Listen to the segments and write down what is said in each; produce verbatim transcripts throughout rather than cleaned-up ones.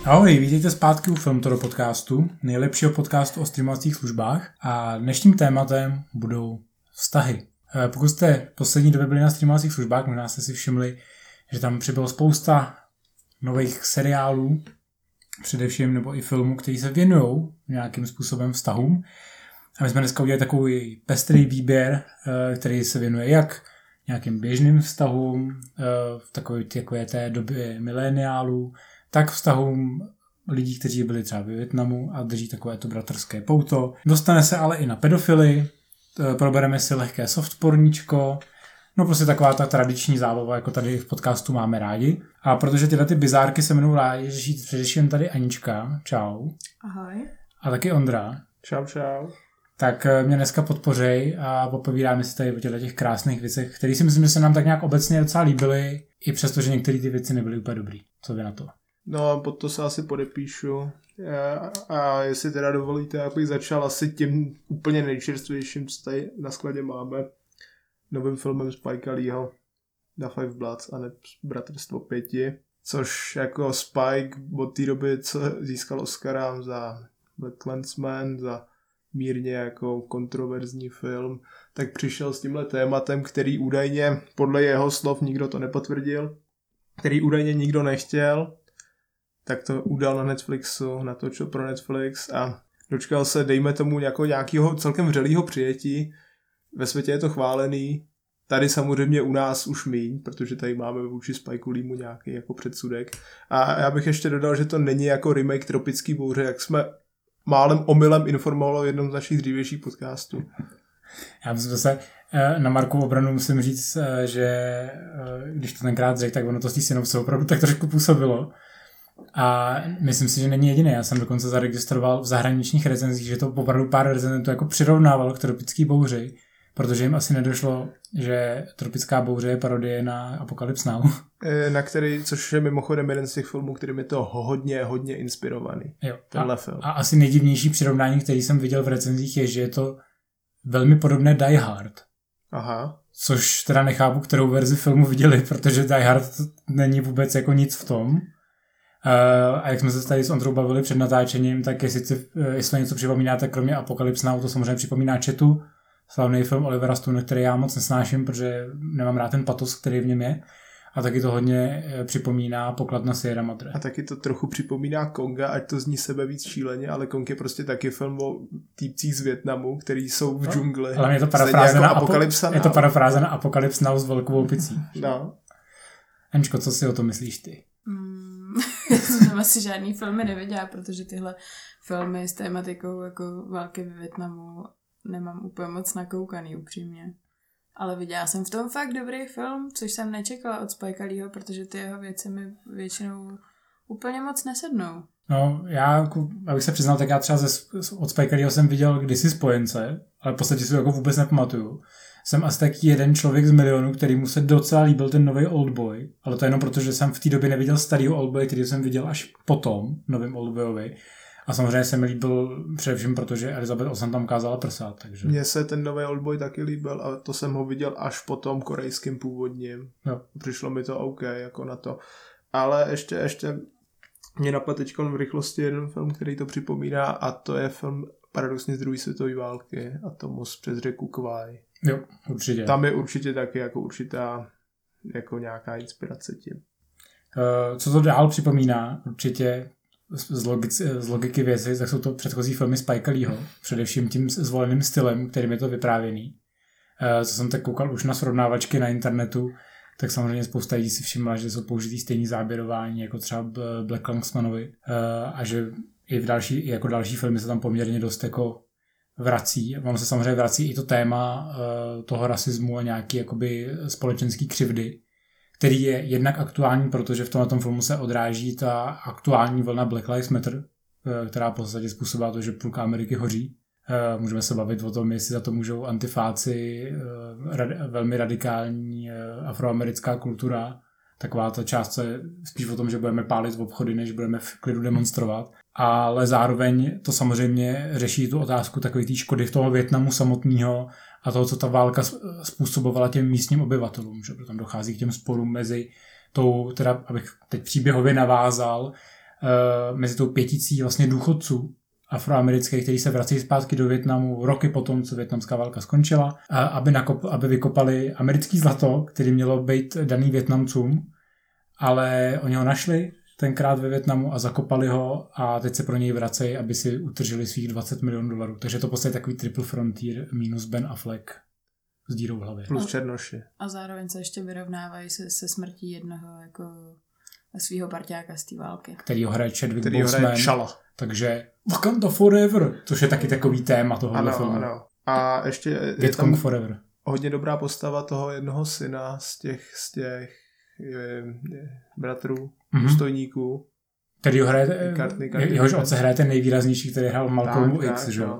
Ahoj, vítejte zpátky u Filmtoro podcastu, nejlepšího podcastu o streamovacích službách a dnešním tématem budou vztahy. Pokud jste poslední době byli na streamovacích službách, možná jste si všimli, že tam přibylo spousta nových seriálů, především nebo i filmů, který se věnují nějakým způsobem vztahům. A my jsme dneska udělali takový pestrý výběr, který se věnuje jak nějakým běžným vztahům v takové, takové té době mileniálů, tak vztahům lidí, kteří byli třeba ve Vietnamu a drží takovéto bratrské pouto. Dostane se ale i na pedofily, probereme si lehké softporníčko, no prostě taková ta tradiční zábava, jako tady v podcastu máme rádi. A protože tyhle ty bizárky se jmenují rádi, řeší především tady Anička, čau. Ahoj. A taky Ondra. Čau, čau. Tak mě dneska podpořej a popovídáme si tady o těchto těch krásných věcech, které si myslím, že se nám tak nějak obecně docela líbily, i přesto, že některé ty věci nebyly úplně dobrý. Co vy na to? No, pod to se asi podepíšu. A, a jestli teda dovolíte, abych začal asi tím úplně nejčerstvějším, co tady na skladě máme. Novým filmem Spike Leeho The Five Bloods a ne Bratrstvo pěti. Což jako Spike od té doby, co získal Oscara za Black Klansman, za mírně jako kontroverzní film, tak přišel s tímhle tématem, který údajně, podle jeho slov, nikdo to nepotvrdil, který údajně nikdo nechtěl, tak to udal na Netflixu, natočil pro Netflix a dočkal se, dejme tomu, jako nějakého celkem vřelého přijetí. Ve světě je to chválený, tady samozřejmě u nás už míň, protože tady máme vůči Spike Leemu nějaký jako předsudek. A já bych ještě dodal, že to není jako remake Tropický bouře, jak jsme málem omylem informoval o jednom z našich dřívějších podcastů. Já myslím zase na Markovu obranu musím říct, že když to tenkrát řekl, tak ono to s tí synovce opravdu tak trošku působilo. A myslím si, že není jediný. Já jsem dokonce zaregistroval v zahraničních recenzích, že to opravdu pár recenzentů jako přirovnával k Tropický bouři, protože jim asi nedošlo, že Tropická bouře je parodie na Apocalypse Now. Na který, což je mimochodem jeden z těch filmů, kterým je to hodně, hodně inspirovaný. Jo. Tenhle a, film. A asi nejdivnější přirovnání, který jsem viděl v recenzích, je, že je to velmi podobné Die Hard. Aha. Což teda nechápu, kterou verzi filmu viděli, protože Die Hard není vůbec jako nic v tom. Uh, a jak jsme se tady s Ondrou bavili před natáčením, tak jestli, jestli něco připomínáte, kromě Apocalypse Now, to samozřejmě připomíná Četu, slavný film Olivera Stone, který já moc nesnáším, protože nemám rád ten patos, který v něm je. A taky to hodně připomíná Poklad na Sierra Madre. A taky to trochu připomíná Konga, ať to zní sebe víc šíleně, ale Kong je prostě taky film o týpcích z Vietnamu, který jsou v džungli. Ale je to parafráze na, Apokalypsa je to parafráze na Apocalypse Now s velkou opicí. No. Ančko, co si o tom myslíš ty? Mm, já jsem asi žádný filmy neviděla, protože tyhle filmy s tématikou jako války ve Vietnamu nemám úplně moc nakoukaný, upřímně. Ale viděla jsem v tom fakt dobrý film, což jsem nečekala od Spike Leeho, protože ty jeho věci mi většinou úplně moc nesednou. No, já, abych se přiznal, tak já třeba ze, od Spike Leeho jsem viděl kdysi Spojence, ale v podstatě si to jako vůbec nepamatuju. Jsem asi taky jeden člověk z milionu, který mu se docela líbil ten nový Oldboy, ale to jenom proto, že jsem v té době neviděl starýho Oldboy, který jsem viděl až potom, novým Oldboyovi. A samozřejmě se mi líbil především, protože Elizabeth Olsen tam ukázala prsa. Takže... Mně se ten nový Oldboy taky líbil, ale to jsem ho viděl až po tom korejským původním. Jo. Přišlo mi to OK jako na to. Ale ještě, ještě mě napadl teď v rychlosti jeden film, který to připomíná, a to je film paradoxně z druhé světové války, a to Most přes řeku Kwai. Jo, určitě. Tam je určitě taky jako určitá jako nějaká inspirace tím. Uh, co to dál připomíná určitě z, logic, z logiky věci, tak jsou to předchozí filmy Spike Leeho, především tím zvoleným stylem, kterým je to vyprávěný. Uh, co jsem tak koukal už na srovnávačky na internetu, tak samozřejmě spousta lidí si všimla, že jsou použitý stejný záběrování jako třeba Black Klansmanovi, uh, a že i v další, i jako další filmy se tam poměrně dost jako vrací. Ono se samozřejmě vrací i to téma uh, toho rasismu a nějaký jakoby společenský křivdy, který je jednak aktuální, protože v tomhle filmu se odráží ta aktuální vlna Black Lives Matter, uh, která v podstatě způsobá to, že půlka Ameriky hoří. Uh, můžeme se bavit o tom, jestli za to můžou antifáci, uh, rad, velmi radikální uh, afroamerická kultura, taková ta část, co je spíš o tom, že budeme pálit v obchody, než budeme v klidu demonstrovat. Ale zároveň to samozřejmě řeší tu otázku takové té škody v toho Vietnamu samotného a toho, co ta válka způsobovala těm místním obyvatelům. Že tam dochází k těm sporům mezi tou, teda abych teď příběhově navázal, uh, mezi tou pěticí vlastně důchodců afroamerických, kteří se vrací zpátky do Vietnamu roky potom, co vietnamská válka skončila, a aby, nakop, aby vykopali americký zlato, který mělo být daný Vietnamcům, ale oni ho našli tenkrát ve Vietnamu a zakopali ho a teď se pro něj vracejí, aby si utržili svých dvacet milionů dolarů. Takže to prostě takový triple frontier minus Ben Affleck s dírou v hlavě. Plus černoši. A zároveň se ještě vyrovnávají se, se smrtí jednoho jako svýho parťáka z té války. Který ho hraje Chadwick Který ho hraje Chala. Takže Wakanda Forever, což je taky takový téma tohohle ano, filmu. Ano. A ještě je Vietcong tam Forever. hodně dobrá postava toho jednoho syna z těch, z těch je, je, bratrů, mm-hmm. důstojníků. Který ho hraje, jehož otce hraje ten nejvýraznější, který hrál Malcolmu tak, X, tak, že jo? No.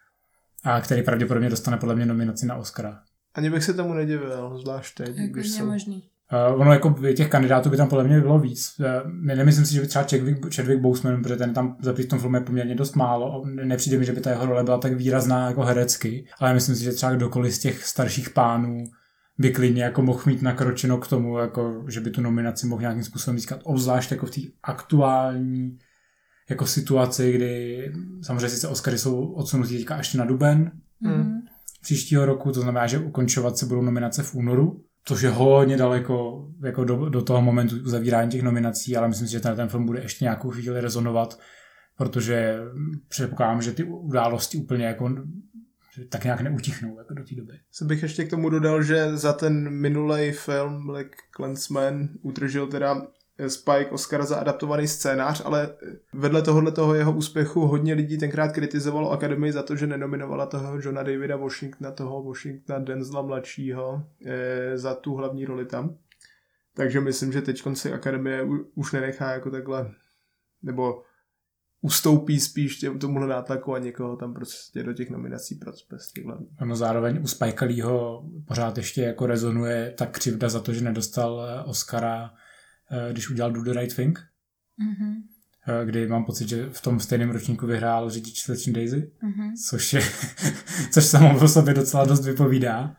A který pravděpodobně dostane podle mě nominaci na Oscara. Ani bych se tomu nedivil, zvlášť teď. Jako je možný. Uh, ono jako těch kandidátů by tam podle mě bylo víc. Uh, nemyslím si, že by třeba Chadwick, Chadwick Boseman, protože ten tam za v tom filmu je poměrně dost málo. Nepřijde mi, že by ta jeho role byla tak výrazná jako herecky, ale myslím si, že třeba kdokoliv z těch starších pánů by klidně jako mohl mít nakročeno k tomu, jako, že by tu nominaci mohl nějakým způsobem získat, obzvlášť jako v té aktuální jako situaci, kdy samozřejmě sice Oscary jsou odsunutý teďka ještě na duben mm. příštího roku, to znamená, že ukončovat se budou nominace v únoru, což je hodně daleko jako do, do toho momentu uzavírání těch nominací, ale myslím si, že ten, ten film bude ještě nějakou chvíli rezonovat, protože předpokládám, že ty události úplně jako tak nějak neutichnou jako do té doby. Co bych ještě k tomu dodal, že za ten minulej film Black Klansman utržil teda Spike Oscar za adaptovaný scénář, ale vedle tohohle toho jeho úspěchu hodně lidí tenkrát kritizovalo Akademii za to, že nenominovala toho Johna Davida Washingtona, toho Washingtona Denzela mladšího e, za tu hlavní roli tam. Takže myslím, že teď si Akademie už nenechá jako takhle, nebo ustoupí spíš těm tomuhle nátlaku a někoho tam prostě do těch nominací procpestí hlavně. Ano, zároveň u Spike Leeho pořád ještě jako rezonuje ta křivda za to, že nedostal Oscara, když udělal Do the Right Thing, mm-hmm. kdy mám pocit, že v tom stejném ročníku vyhrál Řidič sleční Daisy, mm-hmm. což je, což samo o sobě docela dost vypovídá.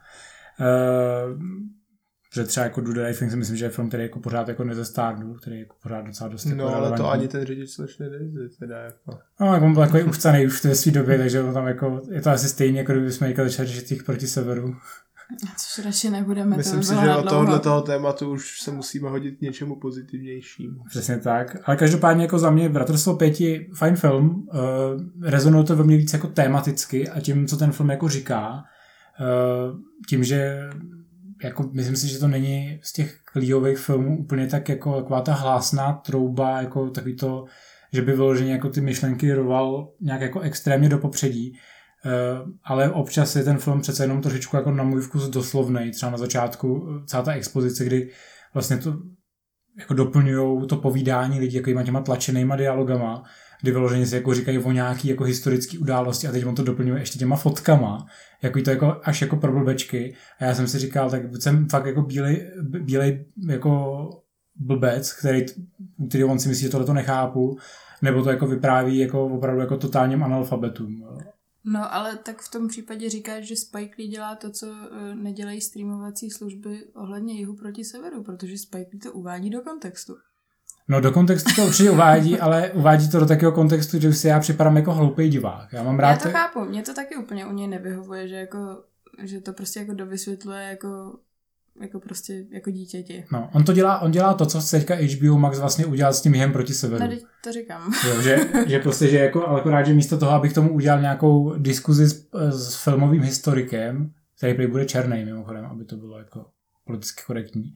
Že třeba jako Do the Right Thing si myslím, že je film, který jako pořád jako nezestárnul, který je jako pořád docela dost no, jako ale relevantní. to ani ten Řidič slečny Daisy teda jako... No, jak on byl takový užcanej už v té svý době, takže to tam jako, je to asi stejně, jako kdybychom říkali začali řešit těch proti severu. Což radši nebudeme. Myslím si, že od tohohle toho tématu už se musíme hodit k něčemu pozitivnějšímu. Přesně tak. Ale každopádně jako za mě Bratrstvo pěti fajn film. Uh, rezonuje to ve mně víc jako tematicky a tím, co ten film jako říká. Uh, tím, že jako myslím si, že to není z těch Leeových filmů úplně tak jako taková ta hlásná trouba, jako takový to, že by vyloženě jako ty myšlenky roval nějak jako extrémně do popředí. Uh, ale občas je ten film přece jenom trošičku jako na můj vkus doslovnej, třeba na začátku celá ta expozice, kdy vlastně to jako doplňujou to povídání lidí jako těma tlačenýma dialogama, kdy vyloženě si jako říkají o nějaký jako historický události a teď on to doplňuje ještě těma fotkama, jako to jako až jako pro blbečky. A já jsem si říkal, tak jsem fakt jako bílej, bílej jako blbec, který, který on si myslí, že tohle to nechápu, nebo to jako vypráví jako opravdu jako totálním analfabetům. No, ale tak v tom případě říkáš, že Spike Lee dělá to, co nedělají streamovací služby ohledně jihu proti severu, protože Spike Lee to uvádí do kontextu. No, do kontextu to určitě uvádí, ale uvádí to do takového kontextu, že už si já připadám jako hloupý divák. Já mám rád... Já to chápu, mě to taky úplně u něj nevyhovuje, že, jako, že to prostě jako dovysvětluje jako, jako prostě jako dítěti. No, on to dělá, on dělá to, co teďka H B O Max vlastně udělal s tím jihem proti severu. No, to říkám. Jo, že, že prostě, že jako, ale akorát, že místo toho, abych tomu udělal nějakou diskuzi s, s filmovým historikem, který prý bude černý mimochodem, aby to bylo jako politicky korektní,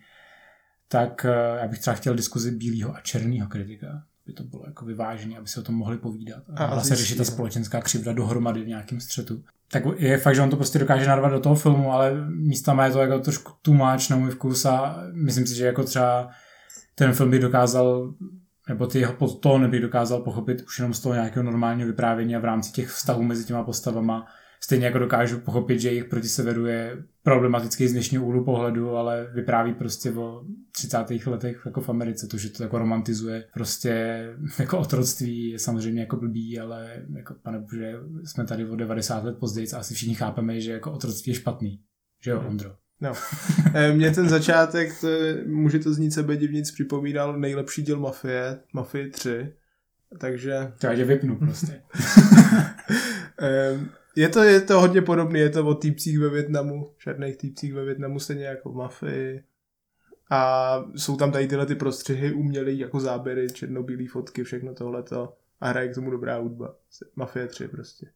tak já bych třeba chtěl diskuzi bílého a černého kritika, aby to bylo jako vyvážené, aby se o tom mohli povídat a, a vlastně řešit ta společenská křivda dohromady v nějakém střetu. Tak je fakt, že on to prostě dokáže narvat do toho filmu, ale místama je to jako trošku too much na můj vkus a myslím si, že jako třeba ten film by dokázal, nebo ty jeho podtóny bych dokázal pochopit už jenom z toho nějakého normálního vyprávění a v rámci těch vztahů mezi těma postavama. Stejně jako dokážu pochopit, že jejich proti severu je problematický z dnešního úhlu pohledu, ale vypráví prostě o třicátých letech jako v Americe, to, že to jako romantizuje prostě jako otroctví je samozřejmě jako blbý, ale jako pane bože, jsme tady o devadesát let později a asi všichni chápeme, že jako otroctví je špatný. Že jo, Ondro? No. Mně ten začátek, to, může to znít sebedivnic, připomínal nejlepší díl Mafie, Mafie tři. Takže... To já tě vypnu prostě. je, to, je to hodně podobné, je to o týpcích ve Vietnamu, černých týpcích ve Vietnamu, stejně jako v Mafii. A jsou tam tady tyhle ty prostřihy umělý, jako záběry, černobílý fotky, všechno tohleto. A hraje k tomu dobrá hudba. Mafie tři prostě.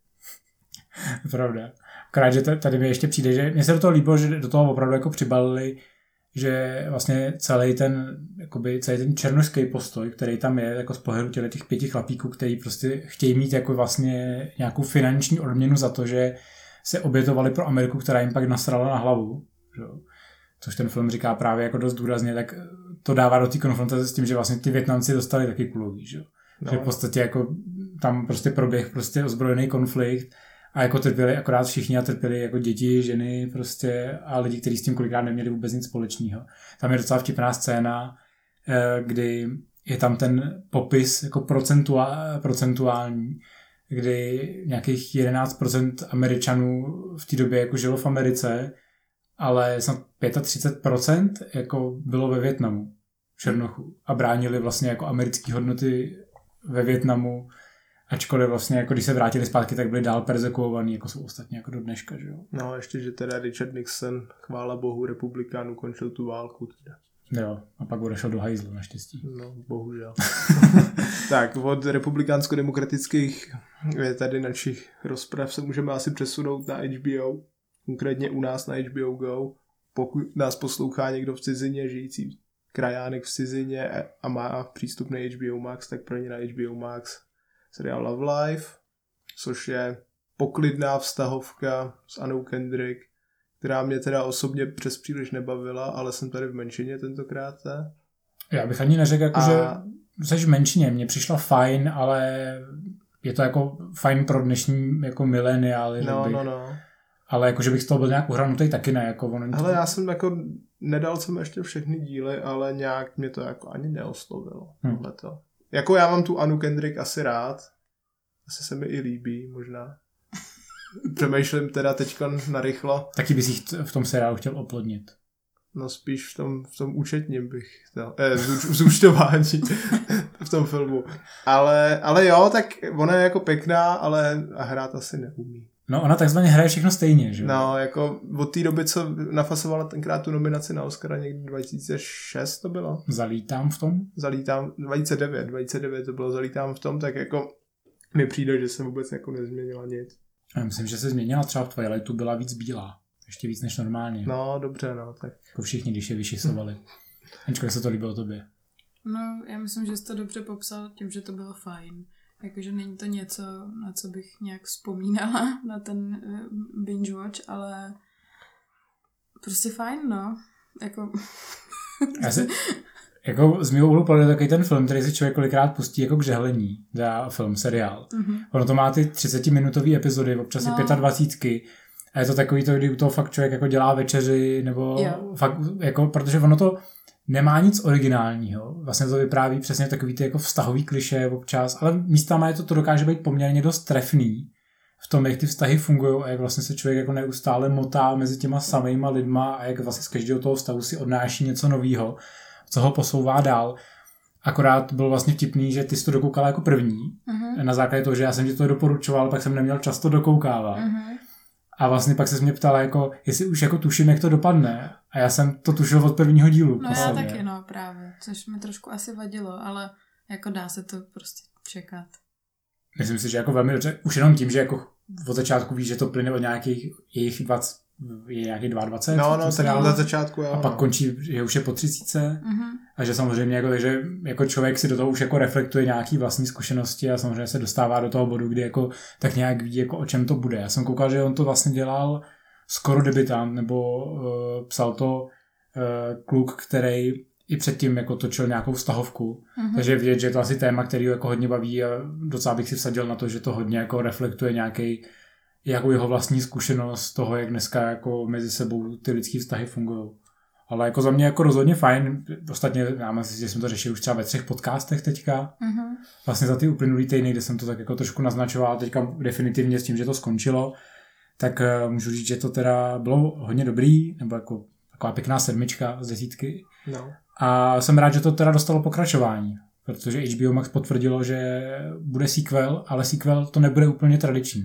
Pravda. Akorát, že tady mi ještě přijde, že mně se do toho líbilo, že do toho opravdu jako přibalili, že vlastně celý ten, jakoby celý ten černošský postoj, který tam je, jako z pohledu těch pěti chlapíků, který prostě chtějí mít jako vlastně nějakou finanční odměnu za to, že se obětovali pro Ameriku, která jim pak nasrala na hlavu. Že? Což ten film říká právě jako dost důrazně, tak to dává do té konfrontace s tím, že vlastně ty Vietnamci dostali taky kulový, že? No. Že v podstatě jako tam prostě proběh prostě ozbrojený konflikt a jako trpěli akorát všichni a trpěli jako děti, ženy prostě a lidi, kteří s tím kolikrát neměli vůbec nic společného. Tam je docela vtipná scéna, kdy je tam ten popis jako procentua, procentuální, kdy nějakých jedenáct procent Američanů v té době jako žilo v Americe, ale snad třicet pět procent jako bylo ve Vietnamu, v Černochu a bránili vlastně jako americké hodnoty ve Vietnamu, ačkoliv vlastně jako když se vrátili zpátky, tak byli dál perzekuovaní, jako jsou ostatně jako do dneška, že jo. No ještě, že teda Richard Nixon, chvála bohu, republikánů, končil tu válku teda. Jo, a pak odešel do hajzlu, naštěstí. No, bohužel. Tak, od republikánsko-demokratických je tady našich rozprav se můžeme asi přesunout na H B O, konkrétně u nás na H B O Go. Pokud nás poslouchá někdo v cizině, žijící krajánek v cizině a má přístup na H B O Max, tak pro ně na H B O Max seriál Love Life, což je poklidná vztahovka s Annou Kendrick, která mě teda osobně přes příliš nebavila, ale jsem tady v menšině tentokrát. Já bych ani neřekl, jako, a... že jsi v menšině. Mně přišla fajn, ale je to jako fajn pro dnešní jako mileniály. No, bych... no, no. Ale jako, že bych z toho byl nějak uhranutý, taky ne. Jako on Hele, já jsem jako, nedal jsem ještě všechny díly, ale nějak mě to jako ani neoslovilo. Hmm. Tohleto. Jako já mám tu Annu Kendrick asi rád. Asi se mi i líbí, možná. Přemýšlím teda teďka narychlo. Taky bys jich v tom seriálu chtěl oplodnit. No spíš v tom, v tom účetním bych chtěl. Eh, v zúčtování v tom filmu. Ale, ale jo, tak ona je jako pěkná, ale hrát asi neumí. No ona takzvaně hraje všechno stejně, že? No, jako od té doby, co nafasovala tenkrát tu nominaci na Oscara, někdy dva tisíce šest to bylo. Zalítám v tom? Zalítám, dva tisíce devět, dva tisíce devět to bylo Zalítám v tom, tak jako mi přijde, že se vůbec jako nezměnila nic. Já myslím, že se změnila, třeba v Twilightu byla víc bílá. Ještě víc než normálně. No, dobře, no. Tak. Jako všichni, když je vyšisovali. Aničko, jak se to líbilo tobě? No, já myslím, že jsi to dobře popsal tím, že to bylo fajn. Jakože není to něco, na co bych nějak vzpomínala, na ten binge watch, ale prostě fajn, no. Jako... Já se, jako z mého úhlu pohledu takový ten film, který si člověk kolikrát pustí jako k žehlení, dá film, seriál. Mm-hmm. Ono to má ty třicetiminutový epizody, občas no. i dvacet pět a je to takový to, kdy u toho fakt člověk jako dělá večeři, nebo jo. fakt, jako, protože ono to nemá nic originálního. Vlastně to vypráví přesně takový ty jako vztahový klišé občas, ale místama je to, to dokáže být poměrně dost trefný v tom, jak ty vztahy fungují a jak vlastně se člověk jako neustále motá mezi těma samýma lidma a jak vlastně z každého toho vztahu si odnáší něco novýho, co ho posouvá dál. Akorát byl vlastně vtipný, že ty jsi to dokoukala jako první, uh-huh. na základě toho, že já jsem ti to doporučoval, pak jsem neměl čas to dokoukávat. Uh-huh. A vlastně pak se mě ptala, jako, jestli už jako tuším, jak to dopadne. A já jsem to tušil od prvního dílu. No já taky, no právě. Což mi trošku asi vadilo, ale jako dá se to prostě čekat. Myslím si, že jako velmi dobře, už jenom tím, že jako od začátku víš, že to plyne od nějakých jejich dvacet, je nějaký dvacet dva. No, no, tak od začátku, jo. A pak končí, že už je po třicítce. Uh-huh. A že samozřejmě jako, takže jako člověk si do toho už jako reflektuje nějaký vlastní zkušenosti a samozřejmě se dostává do toho bodu, kdy jako tak nějak ví, jako o čem to bude. Já jsem koukal, že on to vlastně dělal skoro debutant, nebo uh, psal to uh, kluk, který i předtím jako točil nějakou vztahovku. Uh-huh. Takže vidět, že je to asi téma, který ho jako hodně baví a docela bych si vsadil na to, že to hodně jako reflektuje nějaký jako jeho vlastní zkušenost toho, jak dneska jako mezi sebou ty lidský vztahy fungují. Ale jako za mě jako rozhodně fajn. Ostatně, já myslím, že jsem to řešil už třeba ve třech podcastech teďka. Uh-huh. Vlastně za ty uplynulý týdny, kde jsem to tak jako trošku naznačoval, teďka definitivně s tím, že to skončilo, tak uh, můžu říct, že to teda bylo hodně dobrý, nebo jako taková pěkná sedmička z desítky. No. A jsem rád, že to teda dostalo pokračování. protože H B O Max potvrdilo, že bude sequel, ale sequel to nebude úplně tradiční.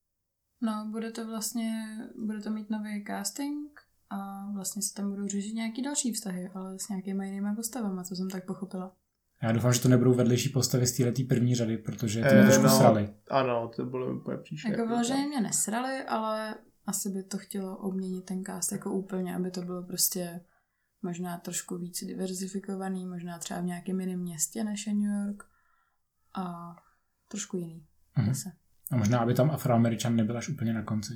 No, bude to vlastně, bude to mít nový casting a vlastně se tam budou řešit nějaký další vztahy, ale s nějakýma jinýma postavama, co jsem tak pochopila. Já doufám, že to nebudou vedlejší postavy z této první řady, protože to mě Eh, trošku no, srali. Ano, to bylo úplně příšerné. Jako bylo, že mě nesrali, ale asi by to chtělo obměnit ten cast jako úplně, aby to bylo prostě možná trošku víc diverzifikovaný, možná třeba v nějakém jiném městě než je New York a trošku jiný. Mhm. Zase. A možná, aby tam Afroameričan nebyl až úplně na konci.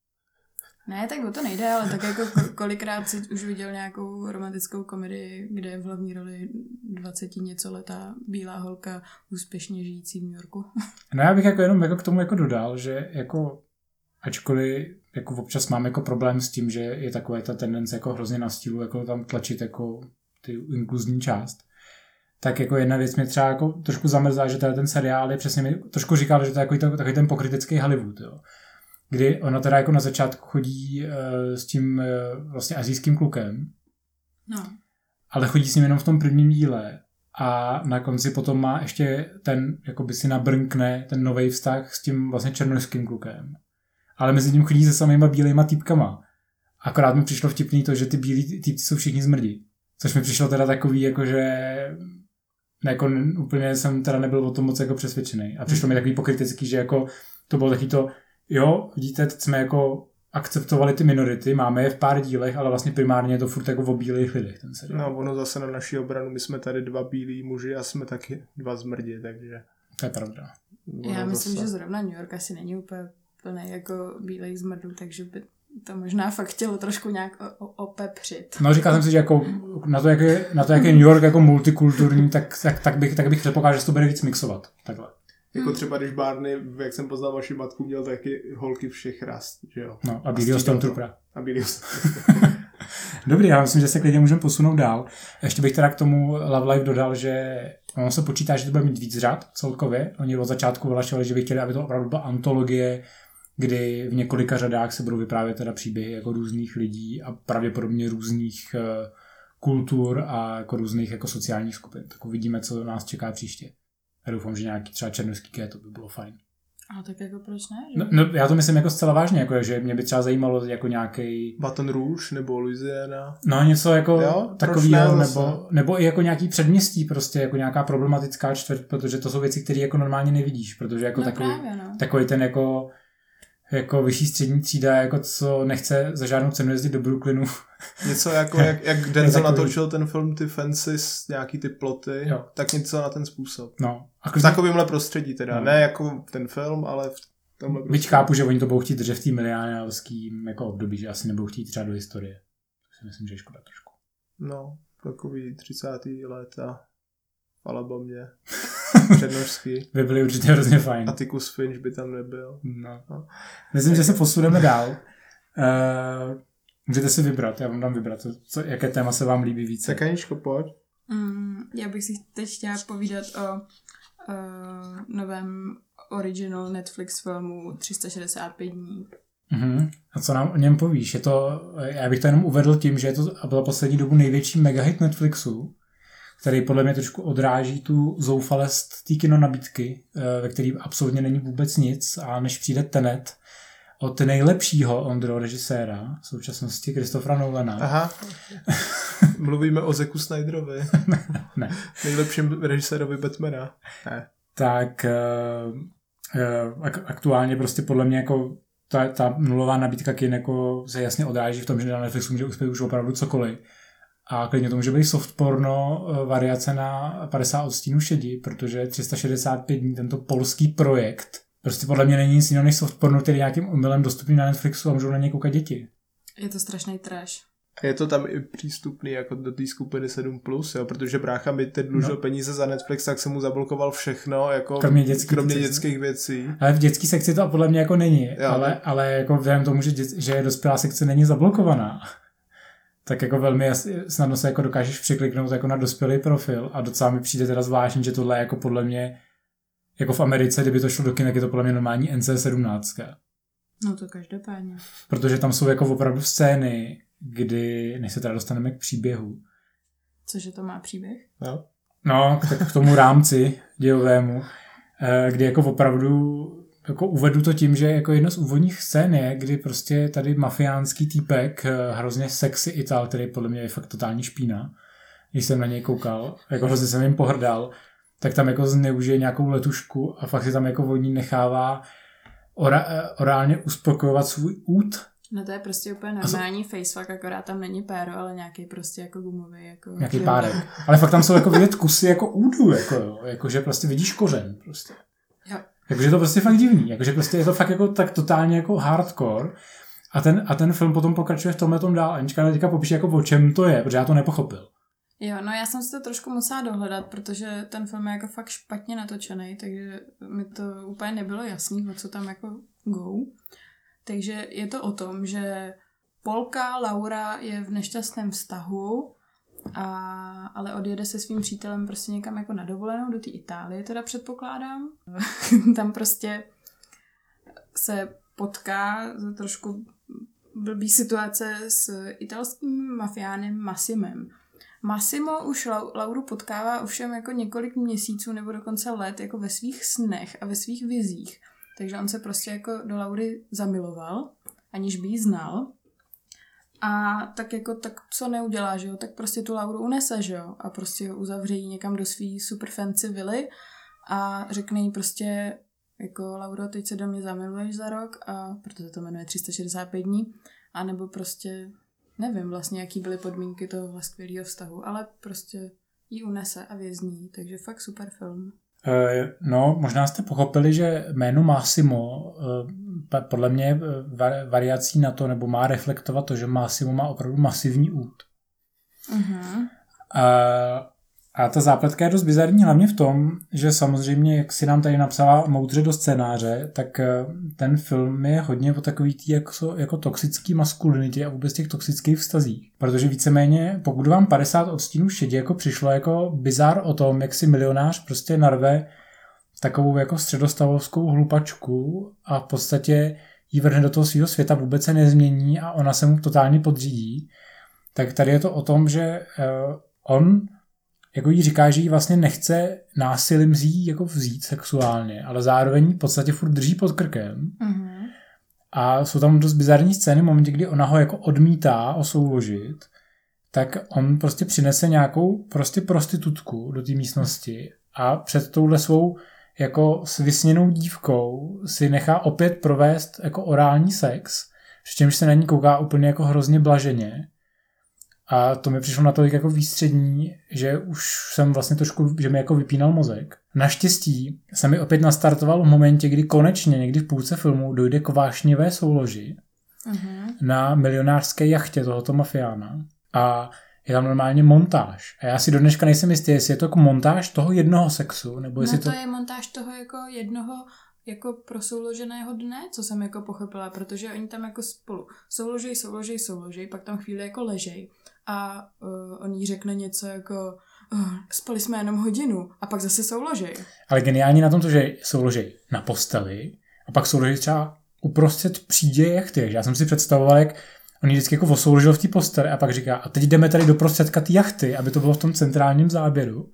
Ne, tak o to nejde, ale tak jako ko- kolikrát si už viděl nějakou romantickou komedii, kde je v hlavní roli dvaceti něco letá bílá holka úspěšně žijící v New Yorku. No já bych jako jenom jako k tomu jako dodal, že jako ačkoliv jako občas mám jako problém s tím, že je taková ta tendence jako hrozně na stílu jako tam tlačit jako ty inkluzní část, tak jako jedna věc mě třeba jako trošku zamrzá, že ten seriál je přesně mi trošku říkal, že to je takový, to, takový ten pokrytecký Hollywood, jo. Kdy ona teda jako na začátku chodí uh, s tím uh, vlastně asijským klukem, No. ale chodí s ním jenom v tom prvním díle a na konci potom má ještě ten, jako by si nabrnkne ten nový vztah s tím vlastně černošským klukem. Ale mezi ním chodí se samýma bílejma týpkama. Akorát mi přišlo vtipný to, že ty bílí týpci jsou všichni zmrdí. Což mi přišlo teda takový, jako že jako úplně jsem teda nebyl o tom moc jako přesvědčený. A přišlo mi takový pokrytecký, že jako to bylo taky to, jo, vidíte, teď jsme jako akceptovali ty minority, máme je v pár dílech, ale vlastně primárně je to furt jako o bílých lidech ten seriál. No, ono zase na naší obranu, my jsme tady dva bílí muži a jsme taky dva zmrdi, takže... To je pravda. Já myslím, zase... že zrovna New York asi není úplně plný jako bílejch zmrdů, takže by to možná fakt chtělo trošku nějak o- o- opepřit. No, říkal jsem si, že jako na to, jak je, na to, jak je New York jako multikulturní, tak, tak, tak, bych, tak bych předpokládal, že se to bude víc mixovat. Takhle. Jako třeba, když Barney, jak jsem poznal vaši matku, měl taky holky všech ras, že jo? No, a bílýho Stormtroopera. A bílýho Stormtroopera. Dobrý, já myslím, že se klidně můžeme posunout dál. Ještě bych teda k tomu Love Live dodal, že ono se počítá, že to bude mít víc řad celkově. Oni od začátku vyhlašovali, že by chtěli, aby to opravdu byla antologie, kdy v několika řadách se budou vyprávět teda příběhy jako různých lidí a pravděpodobně různých uh, kultur a jako různých jako sociálních skupin. Tak uvidíme, co nás čeká příště. Já doufám, že nějaký třeba černošský kéto by bylo fajn. A tak jako proč ne? No, no, já to myslím jako zcela vážně, jako, že mě by třeba zajímalo jako nějaký Baton Rouge nebo Louisiana. no něco jako jo, takového, nebo, nebo i jako nějaký předměstí, prostě jako nějaká problematická čtvrť, protože to jsou věci, které jako normálně nevidíš, protože jako no takový, právě, no. takový ten jako jako vyšší střední třída, jako co nechce za žádnou cenu jezdit do Brooklynu. Něco jako, jak, jak Denzel natočil ten film Ty Fences, nějaký ty ploty, jo. tak něco na ten způsob. No. A v takovémhle prostředí teda, no. Ne jako ten film, ale v tomhle prostředí. Byť chápu, že oni to budou chtít držet v té mileniálském jako období, že asi nebudou chtít třeba do historie. To si myslím, že je škoda trošku. No, takový třicátá léta v Alabamě. Přednožský. By byly určitě hrozně fajn. Atticus Finch by tam nebyl. No. No. Myslím, že se posuneme dál. Uh, můžete si vybrat, já vám dám vybrat. Co, jaké téma se vám líbí více? Tak Aničko, pojď. Mm, já bych si teď chtěla povídat o uh, novém original Netflix filmu tři sta šedesát pět dní. Uh-huh. A co nám o něm povíš? Je to, já bych to jenom uvedl tím, že je to a byla poslední dobu největší megahit Netflixu, který podle mě trošku odráží tu zoufalost té kinonabídky, ve který absolutně není vůbec nic, a než přijde Tenet od nejlepšího Ondro režiséra v současnosti Christophera Nolana. Aha. Mluvíme o Zacku Snyderovi. Ne. Nejlepším režisérovi Batmana. Ne. Tak uh, uh, aktuálně prostě podle mě jako ta, ta nulová nabídka kin jako se jasně odráží v tom, že na Netflixu může uspět už opravdu cokoliv. A klidně to může být soft porno variace na padesát odstínů šedi, protože tři sta šedesát pět dní, tento polský projekt, prostě podle mě není nic jiného než soft porno, který je nějakým omylem dostupný na Netflixu a můžou na něj koukat děti. Je to strašný trash. Je to tam i přístupný jako do té skupiny sedm plus, jo, protože brácha mi teď dlužil no. peníze za Netflix, tak jsem mu zablokoval všechno, jako kromě dětských, kromě dětských věcí. Ale v dětské sekci to podle mě jako není, ale, ale jako vzhledem tomu, že, dět, že dospělá sekce není zablokovaná, tak jako velmi snadno se jako dokážeš přikliknout jako na dospělý profil a docela mi přijde teda zvláštní, že tohle je jako podle mě jako v Americe, kdyby to šlo do kin, tak je to podle mě normální N C sedmnáct. No to každopádně. Protože tam jsou jako opravdu scény, kdy, než se teda dostaneme k příběhu. Cože to má příběh? No. No, tak k tomu rámci dějovému, kdy jako opravdu jako uvedu to tím, že jako jedno z úvodních scén je, kdy prostě tady mafiánský týpek, hrozně sexy Ital, který podle mě je fakt totální špína, když jsem na něj koukal, jako hrozně jsem jim pohrdal, tak tam jako zneužije nějakou letušku a fakt si tam jako vodní nechává ora, orálně uspokojovat svůj út. No to je prostě úplně normální facefuck, akorát tam není péro, ale nějaký prostě jako gumový. Jako nějaký párek. Ale fakt tam jsou jako vidět kusy jako údu, jako jo, jako že prostě vidíš kořen prostě. Jo. Jakože je to prostě fakt divný, jakože prostě je to fakt jako tak totálně jako hardcore a ten, a ten film potom pokračuje v tomhle tom dál. Anička teďka popíše jako o čem to je, protože já to nepochopil. Jo, no já jsem si to trošku musela dohledat, protože ten film je jako fakt špatně natočený, takže mi to úplně nebylo jasný, o co tam jako go. Takže je to o tom, že Polka Laura je v nešťastném vztahu, a, ale odjede se svým přítelem prostě někam jako na dovolenou do té Itálie, teda předpokládám. Tam prostě se potká za trošku blbý situace s italským mafiánem Massimem. Massimo už Lauru potkává ovšem jako několik měsíců nebo dokonce let jako ve svých snech a ve svých vizích. Takže on se prostě jako do Laury zamiloval, aniž by ji znal. A tak jako, tak co neudělá, že jo? Tak prostě tu Lauru unese, že jo? A prostě uzavře ji někam do svý super fancy vily a řekne jí prostě jako Lauro, teď se do mě zamiluješ za rok, a protože to jmenuje tři sta šedesát pět dní, a nebo prostě nevím vlastně, jaký byly podmínky toho skvělého vztahu, ale prostě ji unese a vězní, takže fakt super film. No, možná jste pochopili, že jméno Massimo podle mě je variací na to, nebo má reflektovat to, že Massimo má opravdu masivní út. Uh-huh. A, a ta zápletka je dost bizarní hlavně v tom, že samozřejmě, jak si nám tady napsala moudře do scénáře, tak ten film je hodně o takový tý jako, jako toxický maskulinitě a vůbec těch toxických vztazích. Protože víceméně, pokud vám padesát odstínů šedě jako přišlo jako bizár o tom, jak si milionář prostě narve takovou jako středostavovskou hlupačku a v podstatě jí vrhne do toho svého světa, vůbec se nezmění a ona se mu totálně podřídí, tak tady je to o tom, že uh, on jako jí říká, že jí vlastně nechce násilím jí jako vzít sexuálně, ale zároveň v podstatě furt drží pod krkem. Mm-hmm. A jsou tam dost bizarní scény, v momentě, kdy ona ho jako odmítá osouložit, tak on prostě přinese nějakou prostě prostitutku do té místnosti a před touhle svou jako svysněnou dívkou si nechá opět provést jako orální sex, přičemž se na ní kouká úplně jako hrozně blaženě. A to mi přišlo natolik jako výstřední, že už jsem vlastně trošku, že mi jako vypínal mozek. Naštěstí se mi opět nastartoval v momentě, kdy konečně někdy v půlce filmu dojde k vášnivé souloži uh-huh. na milionářské jachtě tohoto mafiána. A je tam normálně montáž. A já si do dneška nejsem jistý, jestli je to jako montáž toho jednoho sexu, nebo jestli no to... to je montáž toho jako jednoho jako prosouloženého dne, co jsem jako pochopila, protože oni tam jako spolu souložej, souložej, souložej, pak tam chvíli jako ležej a uh, on jí řekne něco jako uh, spali jsme jenom hodinu a pak zase souložej. Ale geniální na tom to, že souložej na posteli a pak souložej třeba uprostřed přídě jachty. Já jsem si představoval, jak on jí vždycky jako osouložil v té posteli a pak říká, a teď jdeme tady do prostředka té jachty, aby to bylo v tom centrálním záběru.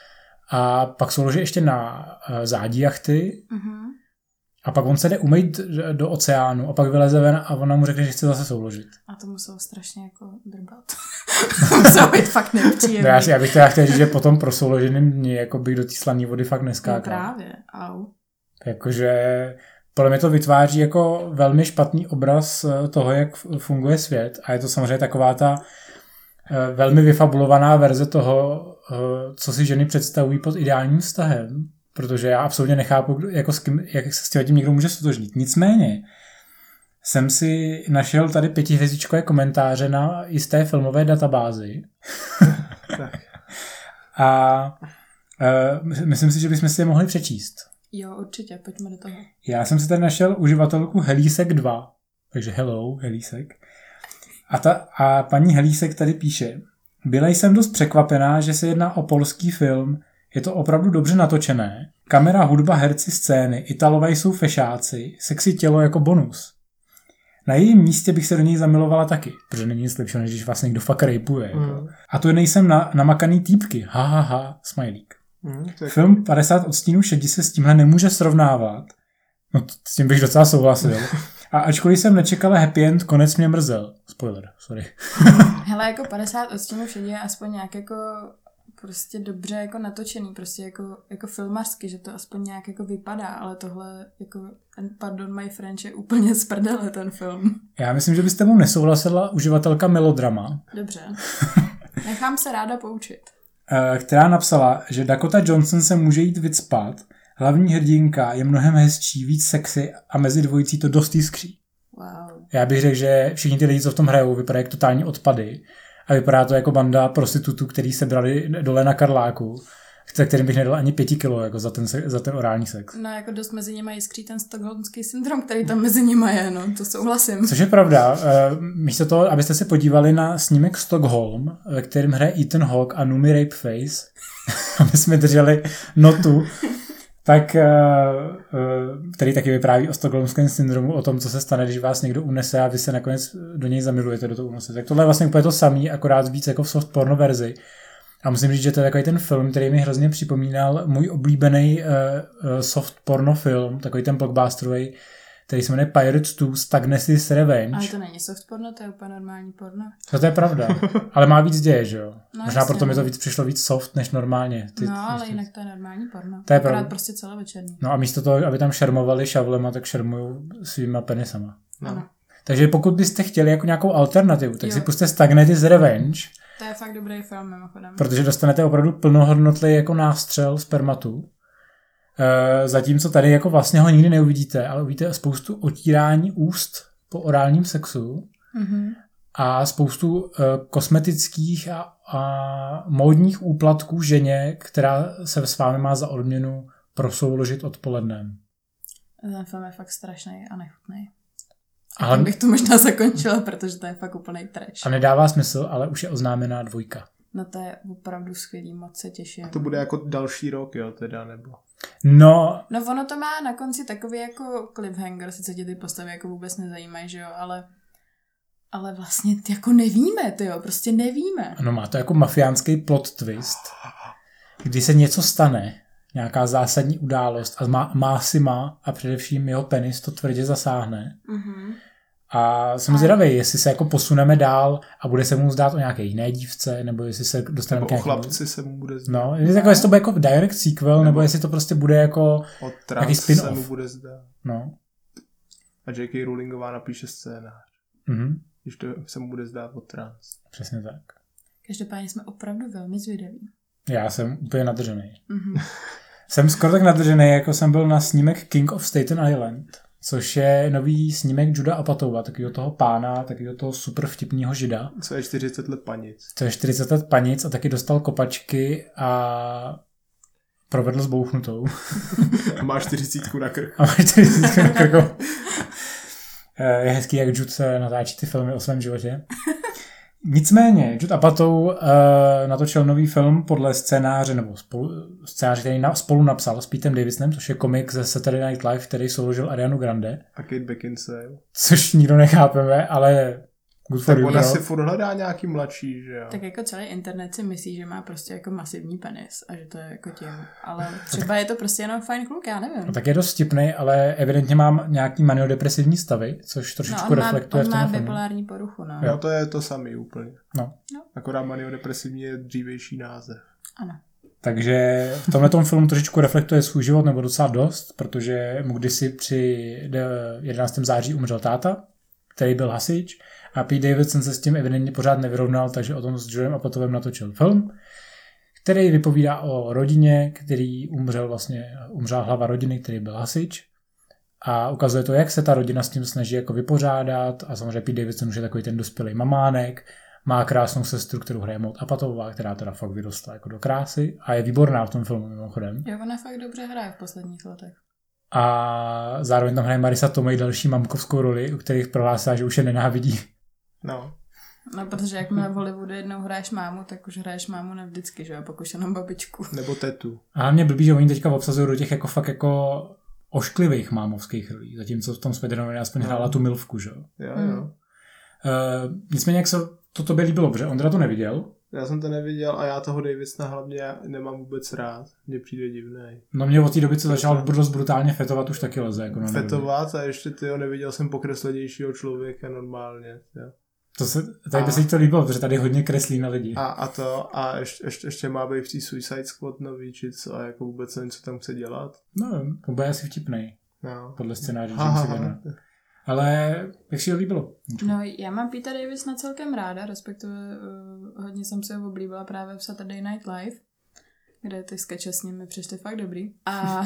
A pak souloží ještě na uh, zádí jachty uh-huh. a pak on se jde umýt do oceánu a pak vyleze ven a ona mu řekne, že chce zase souložit. A to muselo strašně jako drbat. To muselo být fakt nepříjemný. No já, si, já bych teda chtěl říct, že potom pro souloženým dní jako bych do té slané vody fakt neskákal. No právě, au. Jakože podle mě to vytváří jako velmi špatný obraz toho, jak funguje svět a je to samozřejmě taková ta velmi vyfabulovaná verze toho, co si ženy představují pod ideálním vztahem, protože já absolutně nechápu, jako s kým, jak se s tím někdo může stotožnit. Nicméně jsem si našel tady pětihvězdičkové komentáře na jisté filmové databázi. A uh, myslím si, že bychom si je mohli přečíst. Jo, určitě, pojďme do toho. Já jsem si tady našel uživatelku Helísek dva, takže hello, Helísek. A, ta, a paní Helísek tady píše, byla jsem dost překvapená, že se jedná o polský film, je to opravdu dobře natočené, kamera, hudba, herci, scény, Italové jsou fešáci, sexy tělo jako bonus. Na jejím místě bych se do něj zamilovala taky, protože není nic lepšího, než když vás někdo fakt rejpuje. Mm. Jako. A to nejsem na, namakaný týpky. Ha, ha, ha, smajlík. Mm, Film padesát odstínů šedi se s tímhle nemůže srovnávat. No s tím bych docela souhlasil. A ačkoliv jsem nečekala happy end, konec mě mrzel. Spoiler, sorry. Hele, jako padesát odstínů šedi je aspoň nějak jako prostě dobře jako natočený, prostě jako, jako filmařsky, že to aspoň nějak jako vypadá, ale tohle jako, pardon my French, je úplně z prdele ten film. Já myslím, že byste mu nesouhlasila uživatelka Melodrama. Dobře. Nechám se ráda poučit. Která napsala, že Dakota Johnson se může jít vycpat, hlavní hrdinka je mnohem hezčí, víc sexy a mezi dvojicí to dost jiskří. Wow. Já bych řekl, že všichni ty lidi, co v tom hrajou, vypadají jak totální odpady a vypadá to jako banda prostitutů, který se brali dole na Karláku, kterým bych nedal ani pěti kilo jako za, ten, za ten orální sex. No jako dost mezi nimi jiskří ten stockholmský syndrom, který tam mezi nimi je, no to souhlasím. Což je pravda. Místo toho, abyste se podívali na snímek Stockholm, ve kterém hraje Ethan Hawke a Noomi Rapeface, aby jsme drželi notu, tak, který taky vypráví o stockholmském syndromu, o tom, co se stane, když vás někdo unese a vy se nakonec do něj zamilujete, do toho unese. Tak tohle je vlastně úplně to samý, akorát víc jako v soft porno verzi. A musím říct, že to je takový ten film, který mi hrozně připomínal můj oblíbený uh, uh, soft porno film, takový ten blockbusterový, který se jmenuje Pirates two Stagnesses Revenge. Ale to není soft porno, to je úplně normální porno. To, to je pravda, ale má víc děje, že jo? No, možná proto mi to víc přišlo víc soft než normálně. Ty, no, ale jinak to je normální porno. To je pravda. Prostě celovečerní. No a místo toho, aby tam šermovali šavlema, tak šermujou svýma penisama. No. Takže pokud byste chtěli jako nějakou alternativu, tak jo. si puste Stagnesses Revenge. To je fakt dobrý film, mimochodem. Protože dostanete opravdu plnohodnotný jako nástřel spermatu. E, zatímco tady jako vlastně ho nikdy neuvidíte, ale uvidíte spoustu otírání úst po orálním sexu mm-hmm. a spoustu e, kosmetických a, a módních úplatků ženě, která se s vámi má za odměnu prosouložit odpolednem. Ten film je fakt strašný a nechutný. Ale bych to možná zakončila, protože to je fakt úplnej trash. A nedává smysl, ale už je oznámená dvojka. No to je opravdu skvělý, moc se těším. A to bude jako další rok, jo, teda, nebo? No. No ono to má na konci takový jako cliffhanger, sice tě ty postavy jako vůbec nezajímají, že jo, ale ale vlastně jako nevíme, ty jo, prostě nevíme. Ano, má to jako mafiánský plot twist, kdy se něco stane, nějaká zásadní událost a má, má si má a především jeho penis to tvrdě zasáhne. Mm-hmm. A jsem a... zvědavý, jestli se jako posuneme dál a bude se mu zdát o nějaké jiné dívce, nebo jestli se dostaneme k nějakému... chlapci se mu bude zdát. No, jestli, jako, jestli to bude jako direct sequel, nebo, nebo jestli to prostě bude jako nějaký spin-off. Se mu bude zdát. No. A J K. Rowlingová napíše scénář. Mm-hmm. Když to se mu bude zdát od trans. Přesně tak. Každopádně jsme opravdu velmi zvědaví. Já jsem úplně nadržený. Mm-hmm. Jsem skoro tak nadržený, jako jsem byl na snímek King of Staten Island, což je nový snímek Juda Apatova, takového toho pána, takového toho super vtipného žida. Co je čtyřicet let panic. Co je čtyřicet let panic a taky dostal kopačky a provedl s bouchnutou. A má čtyřicítku na krku. A má čtyřicítku na krku. Je hezký, jak Jude natáčí ty filmy o svém životě. Nicméně, Jude Apatow uh, natočil nový film podle scénáře, nebo spolu, scénáře, který na, spolu napsal s Petem Davisonem, což je komik ze Saturday Night Live, který souložil Arianu Grande. A Kate Beckinsale. Což nikdo nechápeme, ale good for tak you. Tak ona si furt hledá nějaký mladší, že jo? Tak jako celý internet si myslí, že má prostě jako masivní penis a že to je jako tím. Ale třeba je to prostě jenom fajn kluk, já nevím. No, tak je dost vtipnej, ale evidentně mám nějaký maniodepresivní stavy, což trošičku no, reflektuje on v tom má filmu. bipolární poruchu, no. No to je to samý úplně. No. no. Akorát maniodepresivní je dřívější název. Ano. Takže v tomhletom filmu trošičku reflektuje svůj život, nebo docela dost, protože mu kdysi při jedenáctého září umřel táta, který byl hasič, a Pete Davidson se s tím evidentně pořád nevyrovnal, takže o tom s Judem Apatowem natočil film, který vypovídá o rodině, který umřel vlastně, umřela hlava rodiny, který byl hasič, a ukazuje to, jak se ta rodina s tím snaží jako vypořádat, a samozřejmě Pete Davidson už je takový ten dospělý mamánek, má krásnou sestru, kterou hraje Maud Apatowová, která teda fakt vyrostla jako do krásy a je výborná v tom filmu mimochodem. Jo, ona fakt dobře hraje v posledních letech. A zároveň tam hraje Marisa Tomei další mamkovskou roli, u kterých prohlásila, že už je nenávidí. No. No, protože jakmile v Hollywoodu jednou hraješ mámu, tak už hraješ mámu navždycky, že jo, pak už jenom babičku. Nebo tetu. A mě blbý, že oni teďka obsazují do těch jako fakt jako ošklivých mámovských rolí, zatímco v tom Spider-Manu aspoň no. hrála tu milvku, že jo. Jo, jo. Uh, nicméně, jak se to tobě líbilo, protože Ondra to neviděl. Já jsem to neviděl a já toho Davidsona hlavně nemám vůbec rád. Mně přijde divnej. No mě od té doby, co začal dost brutálně fetovat, už taky leze. Jako fetovat a ještě tyjo, neviděl jsem pokreslenějšího člověka normálně. Jo. To se, tady by se to líbilo, protože tady hodně kreslí na lidi. A, a to, a ještě, ještě, ještě má být v té Suicide Squad nový, či co, a jako vůbec nevím, co tam chce dělat. No, to bude asi vtipnej. No. Podle scénáře, že si věnuje. Ale jak si to líbilo? No, já mám Peter Davisona celkem ráda, respektive uh, hodně jsem si ho oblíbila právě v Saturday Night Live, kde ty skeče s ním mi přišly fakt dobrý. A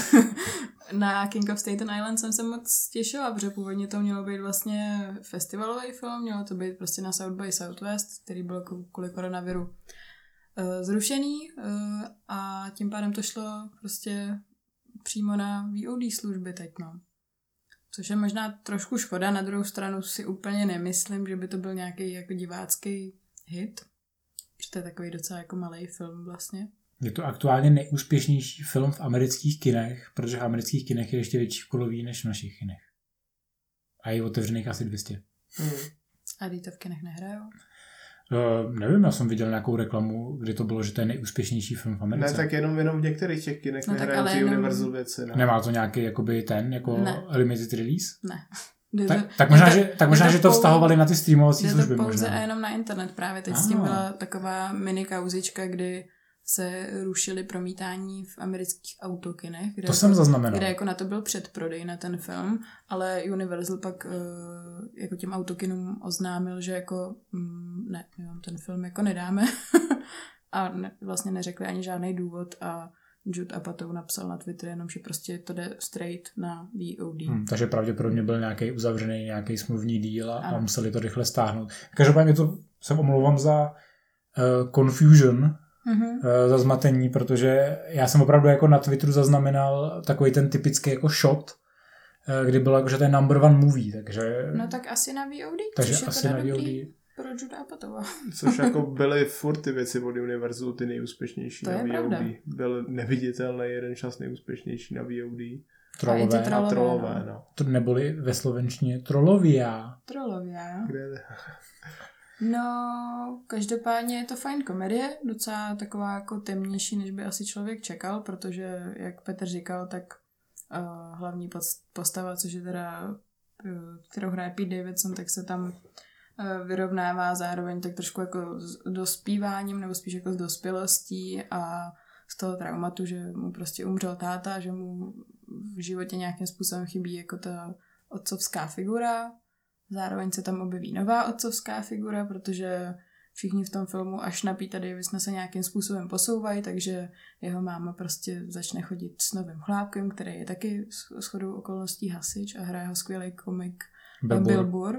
na King of Staten Island jsem se moc těšila, protože původně to mělo být vlastně festivalový film, mělo to být prostě na South by Southwest, který byl kvůli koronaviru uh, zrušený uh, a tím pádem to šlo prostě přímo na V O D služby teď, no. Což je možná trošku škoda, na druhou stranu si úplně nemyslím, že by to byl nějaký jako divácký hit, protože to je takový docela jako malej film vlastně. Je to aktuálně nejúspěšnější film v amerických kinech, protože v amerických kinech je ještě větší kulový než v našich kinech. A je otevřených asi dvě stě. Hmm. A ty to v kinech nehrajou? Uh, nevím, já jsem viděl nějakou reklamu, kde to bylo, že to je nejúspěšnější film v Americe. Ne, tak jenom, jenom v některých těch kinech no, nehrajou ty jenom... Universal věci. Ne? Nemá to nějaký jakoby ten, jako ne. limited release? Ne. Tak, to, tak možná, to, že, tak možná, že to vztahovali na ty streamovací služby. Je to pouze možná. a jenom na internet právě. Teď Aha. s tím byla taková mini kauzička, kdy se rušily promítání v amerických autokinech. Kde to jako, jsem zaznamenal. Kde jako na to byl předprodej na ten film, ale Universal pak uh, jako těm autokinům oznámil, že jako mm, ne, jo, ten film jako nedáme a ne, vlastně neřekli ani žádný důvod a Jude Apatow napsal na Twitter jenom, že prostě to jde straight na V O D. Hmm, takže pravděpodobně byl nějaký uzavřený nějaký smluvní díl a, a museli to rychle stáhnout. Každopádně to se omlouvám za uh, confusion, mm-hmm. uh, za zmatení, protože já jsem opravdu jako na Twitteru zaznamenal takový ten typický jako shot, uh, kdy bylo jako, že to je number one movie, takže... No tak asi na V O D, takže což asi je na teda V O D. dobrý pro Juda Apatowa. Což jako byly furt ty věci od Universalu, ty nejúspěšnější to na je V O D. pravda. Byl neviditelný jeden čas nejúspěšnější na V O D. Trolové. A, trolové, a trolové, no. To neboli ve slovenštině trolovia. Trolovia. Kde je? No, každopádně je to fajn komedie, docela taková jako temnější, než by asi člověk čekal, protože, jak Petr říkal, tak uh, hlavní postava, což je teda, uh, kterou hraje Pete Davidson, tak se tam uh, vyrovnává zároveň tak trošku jako s dospíváním, nebo spíš jako s dospělostí a z toho traumatu, že mu prostě umřel táta, že mu v životě nějakým způsobem chybí jako ta otcovská figura. Zároveň se tam objeví nová otcovská figura, protože všichni v tom filmu až na Peta Davisona se nějakým způsobem posouvají, takže jeho máma prostě začne chodit s novým chlápkem, který je taky shodou okolností hasič a hraje ho skvělý komik Bill Burr. Bill Burr.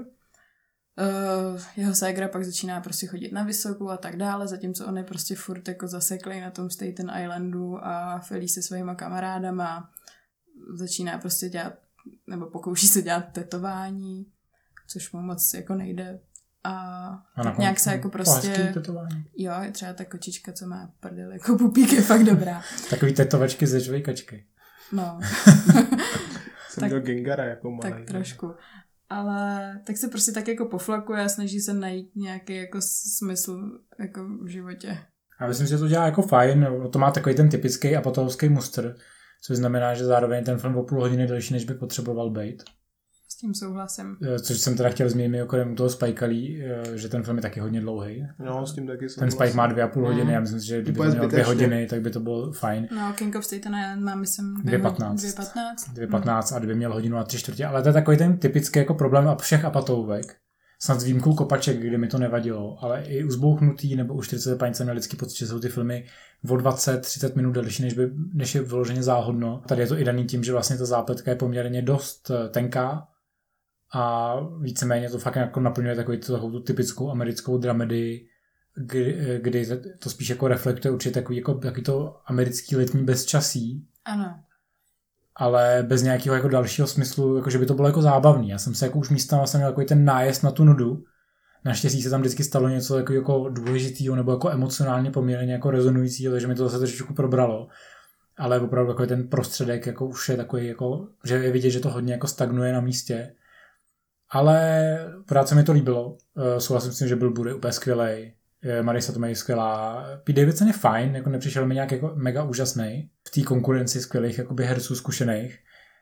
Uh, jeho ségra pak začíná prostě chodit na vysokou a tak dále, zatímco on je prostě furt jako zaseklej na tom Staten Islandu a felí se svýma kamarádama, začíná prostě dělat, nebo pokouší se dělat tetování, což mu moc jako nejde. A tak nějak se jako prostě... Jo, je třeba ta kočička, co má prdel jako pupík, je fakt dobrá. Takový tetovačky ze žvejkačky. No. Jsem tak, do Gengara jako malý. Tak trošku. Ale tak se prostě tak jako poflakuje a snaží se najít nějaký jako smysl jako v životě. A myslím, že to dělá jako fajn. To má takový ten typický apatovský mustr, což znamená, že zároveň ten film o půl hodiny delší, než by potřeboval být. S tím souhlasím. Což jsem teda chtěl zmínit mimochodem u toho Spike Lee, že ten film je taky hodně dlouhý. No, s tím taky ten Spike má dvě a půl hodiny, já myslím, že kdyby to měl dvě hodiny, tak by to bylo fajn. No, King of Staten Island má, myslím, dvě patnáct. dvě patnáct a kdyby měl hodinu a tři čtvrtě. Ale to je takový ten typický jako problém všech Apatouvek. Snad s výjimkou Kopaček, kde mi to nevadilo, ale i Uzbouchnutý nebo u čtyřicet paní jsem měl lidský pocit, že jsou ty filmy o dvacet třicet minut delší, než, by, než je vyloženě záhodno. Tady je to i daný tím, že vlastně ta zápletka je poměrně dost tenká a víceméně to fakt jako naplňuje takovou tu typickou americkou dramedii, kdy, kdy to spíš jako reflektuje určitě takový, jako, takový to americký letní bezčasí. Ano. Ale bez nějakého jako dalšího smyslu, jako že by to bylo jako zábavný. Já jsem se jako už místama jsem měl jako ten nájezd na tu nudu. Naštěstí se tam vždycky stalo něco jako, jako důležitého nebo jako emocionálně poměrně jako rezonujícího, takže mi to zase trošičku probralo. ale opravdu jako ten prostředek jako už je takový, jako, že je vidět, že to hodně jako stagnuje na místě. Ale pořád se mi to líbilo. Uh, souhlasím s tím, že Bill Burr je úplně skvělej. Marisa Tomei je skvělá. Pete Davidson je fajn, jako nepřišel mi nějak jako mega úžasný v té konkurenci skvělých jakoby herců zkušených.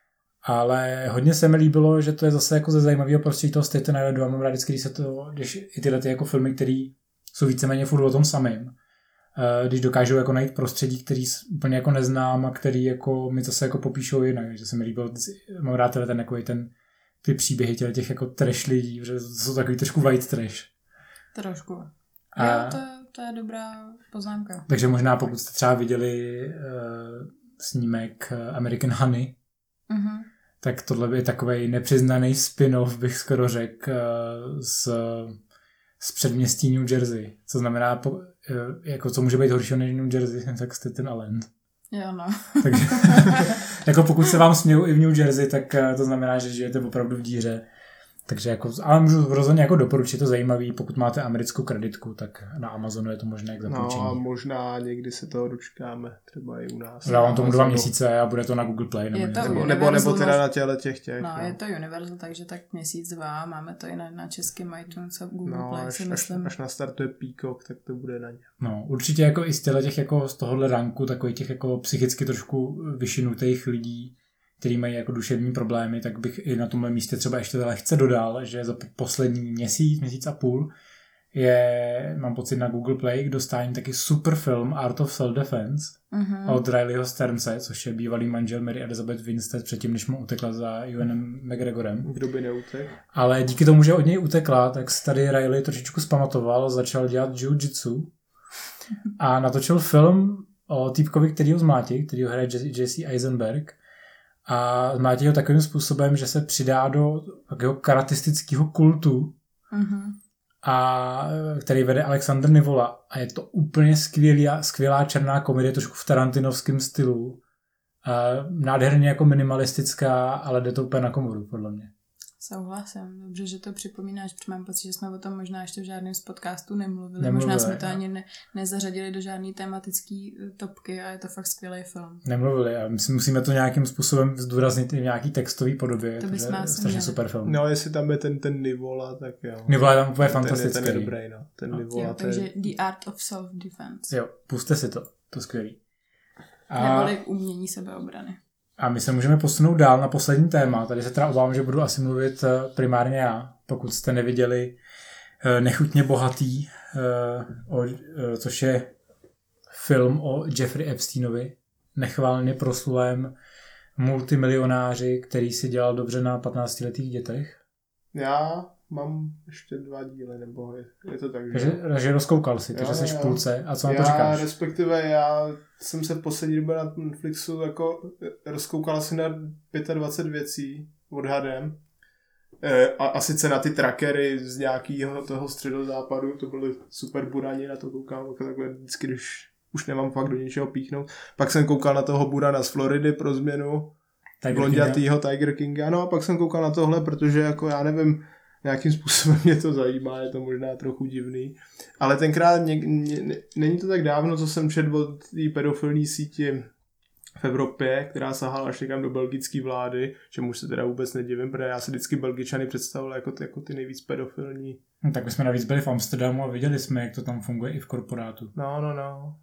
Ale hodně se mi líbilo, že to je zase jako ze zajímavého prostředí toho Staten Islandu a mám rád vždycky, když se to, když i tyhle ty jako filmy, které jsou víceméně furt o tom samým. Když dokážou jako najít prostředí, který úplně jako neznám a který jako mi zase jako popíšou jinak. Že se mi líbilo, mám rád ten jako ten ty příběhy těch jako trash lidí, protože to jsou takový trošku white trash. Trošku. A, jo, to, to je dobrá poznámka. Takže možná pokud jste třeba viděli uh, snímek American Honey, uh-huh. tak tohle je takovej nepřiznaný spin-off, bych skoro řekl, uh, z, z předměstí New Jersey. Co znamená, po, uh, jako co může být horšího než New Jersey, tak Staten Island. Jo, no. Takže, jako pokud se vám smějou i v New Jersey, tak uh, to znamená, že žijete opravdu v díře. Takže jako, ale můžu rozhodně jako doporučit, to zajímavý, pokud máte americkou kreditku, tak na Amazonu je to možné k zapůjčení. No a možná někdy se toho dočkáme, třeba i u nás. Dávám tomu dva měsíce a bude to na Google Play. Nebo, to nebo, nebo, nebo teda na těle těch těch. No, no, je to Universal, takže tak měsíc, dva, máme to i na, na českém iTunes a Google no, Play, až, si myslím. Až, až nastartuje Peacock, tak to bude na ně. No, určitě jako i z těch jako z tohohle ranku, takových těch jako psychicky trošku vyšinutých lidí, který mají jako duševní problémy, tak bych i na tomhle místě třeba ještě lehce dodal, že za poslední měsíc, měsíc a půl je, mám pocit, na Google Play k dostání taky super film Art of Self-Defense uh-huh. od Rileyho Stearnse, což je bývalý manžel Mary Elizabeth Winstead předtím, než mu utekla za Ewanem McGregorem. Kdo by neutek? Ale díky tomu, že od něj utekla, tak se tady Riley trošičku zpamatoval, začal dělat jiu-jitsu a natočil film o týpkovi, který ho zmlátí, který ho hraje Jesse Eisenberg. A zmlátí ho takovým způsobem, že se přidá do takového karatistického kultu, uh-huh. a který vede Alexander Nivola. A je to úplně skvělá, skvělá černá komedie, trošku v tarantinovském stylu. A nádherně jako minimalistická, ale jde to úplně na komodu, podle mě. Souhlasím. Dobře, že to připomínáš, protože mám pocit, že jsme o tom možná ještě v žádném z podcastů nemluvili. Nemluvili možná jsme to no. ani ne, nezařadili do žádné tematické topky a je to fakt skvělý film. Nemluvili a my si musíme to nějakým způsobem zdůraznit i v nějaký textový podobě. To bychom asi strašně super film. No, jestli tam je ten, ten Nivola, tak jo. Nivola je tam úplně fantastický. Ten je, ten je dobrý, no. Ten no, Nivola, jo, takže je... The Art of Self-Defense. Jo, puste si to. To je skvělý. A... Neboli umění sebeobrany. A my se můžeme posunout dál na poslední téma. Tady se teda obávám, že budu asi mluvit primárně já, pokud jste neviděli Nechutně bohatý, což je film o Jeffrey Epsteinovi, nechvalně proslulém multimilionáři, který si dělal dobře na patnáctiletých dětech. Já mám ještě dva díly, nebo je, je to tak, že... Takže, takže rozkoukal si, takže jsi v půlce. A co na to já, říkáš? Respektive já jsem se v poslední době na Netflixu jako rozkoukal asi na dvacet pět věcí odhadem. E, a, a sice na ty trackery z nějakého toho středozápadu, to byly super burani, na to koukám jako takhle vždycky, když už nemám fakt do něčeho píchnout. Pak jsem koukal na toho burana z Floridy pro změnu, blondětýho Tiger Kinga, no a pak jsem koukal na tohle, protože jako já nevím, nějakým způsobem mě to zajímá, je to možná trochu divný, ale tenkrát ně, ně, není to tak dávno, co jsem četl od té pedofilní síti v Evropě, která sahala až někam do belgické vlády, čemu se teda vůbec nedivím, protože já si vždycky Belgičany představil jako ty, jako ty nejvíc pedofilní. No, tak my jsme navíc byli v Amsterdamu a viděli jsme, jak to tam funguje i v korporátu. No, no, no.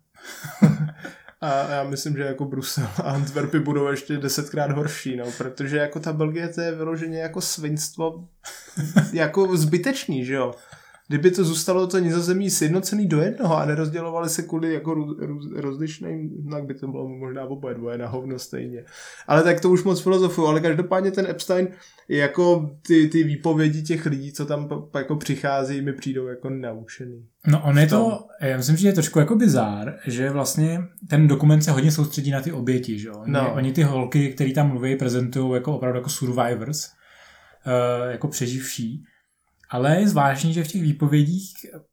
A já myslím, že jako Brusel a Antwerpy budou ještě desetkrát horší, no, protože jako ta Belgie to je vyloženě jako svinstvo jako zbytečný, že jo. Kdyby to zůstalo to Nizozemí sjednocený do jednoho a nerozdělovali se kvůli jako růz, růz, rozlišným, tak by to bylo možná oboje dvoje na hovno stejně. Ale tak to už moc filozofuju, ale každopádně ten Epstein jako ty, ty výpovědi těch lidí, co tam jako přichází, mi přijdou jako naučený. No on je to, já myslím, že je trošku jako bizár, že vlastně ten dokument se hodně soustředí na ty oběti, že jo. Oni, no. oni ty holky, který tam mluví, prezentují jako opravdu jako survivors, uh, jako přeživší. Ale je zvláštní, že v těch výpovědích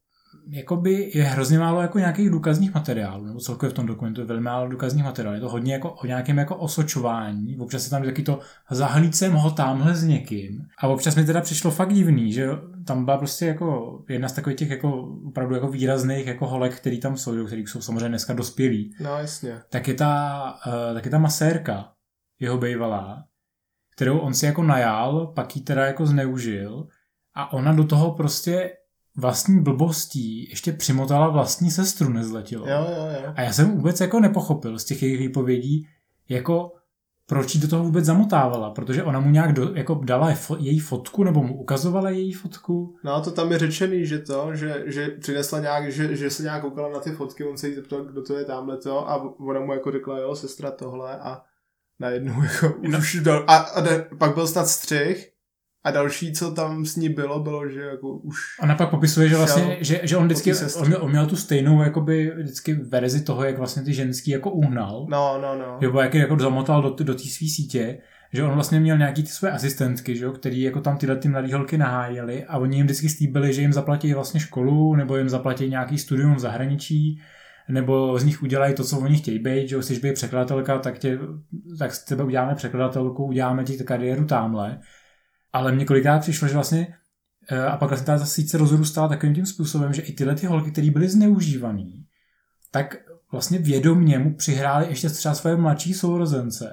jakoby je hrozně málo jako nějakých důkazních materiálů, nebo celkově v tom dokumentu je velmi málo důkazních materiálů. Je to hodně jako o nějakém jako osočování, občas je tam taky to zahlíd jsem ho tamhle s někým. A občas mi teda přišlo fakt divný, že tam byla prostě jako jedna z takových těch jako opravdu jako výrazných jako holek, který tam jsou, který jsou samozřejmě dneska dospělí. No jasně. Tak je ta, uh, tak je ta masérka, jeho bejvalá, kterou on si jako najal, pak ji teda jako zneužil a ona do toho prostě vlastní blbostí ještě přimotala vlastní sestru nezletilo. Jo, jo, jo. A já jsem vůbec jako nepochopil z těch jejich výpovědí, jako proč jí do toho vůbec zamotávala, protože ona mu nějak do, jako dala fo, její fotku, nebo mu ukazovala její fotku. No to tam je řečený, že to, že, že přinesla nějak, že, že se nějak koukala na ty fotky, on se jí zeptal, kdo to je tamhleto a ona mu jako řekla, jo, sestra tohle a najednou jako no. už dal, a, a de, pak byl snad střih a další, co tam s ní bylo, bylo, že jako už... Ona pak popisuje, že vlastně, že, že on vždycky, on měl, on měl tu stejnou jakoby vždycky verzi toho, jak vlastně ty ženský jako uhnal. No, no, no. Nebo jak je jako zamotal do, do té svý sítě, že on vlastně měl nějaký ty své asistentky, že jo, který jako tam tyhle ty mladý holky nahájeli a oni jim vždycky slíbili, že jim zaplatí vlastně školu, nebo jim zaplatí nějaký studium v zahraničí, nebo z nich udělají to, co oni chtějí být, že jo, chceš být překladatelka, tak, tě, tak z tebe uděláme překladatelku, uděláme ti kariéru támhle. Ale mně kolikrát přišlo, že vlastně a pak vlastně ta síť se rozrůstala takovým tím způsobem, že i tyhle ty holky, které byly zneužívaný, tak vlastně vědomě mu přihráli ještě třeba své mladší sourozence.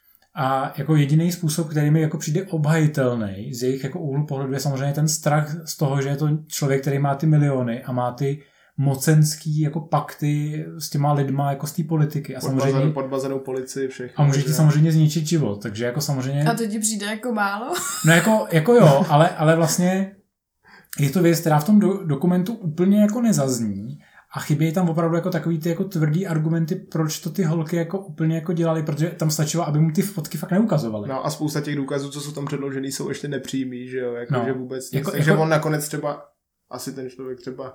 A jako jediný způsob, který mi jako přijde obhajitelný z jejich jako úhlu pohledu, je samozřejmě ten strach z toho, že je to člověk, který má ty miliony a má ty mocenský jako pakty s těma lidma jako z té politiky. A podbazenou, samozřejmě podbazenou policii, všechno. A může ti samozřejmě zničit život, takže jako samozřejmě... A to ti přijde jako málo? No jako, jako jo, ale, ale vlastně je to věc, která v tom do, dokumentu úplně jako nezazní a chybějí tam opravdu jako takový ty jako tvrdý argumenty, proč to ty holky jako úplně jako dělali, protože tam stačilo, aby mu ty fotky fakt neukazovaly. No a spousta těch důkazů, co jsou tam předložený, jsou ještě nepřímý, že jo, jako, no. že vůbec nic. Jako, Takže jako... on nakonec třeba, asi ten člověk třeba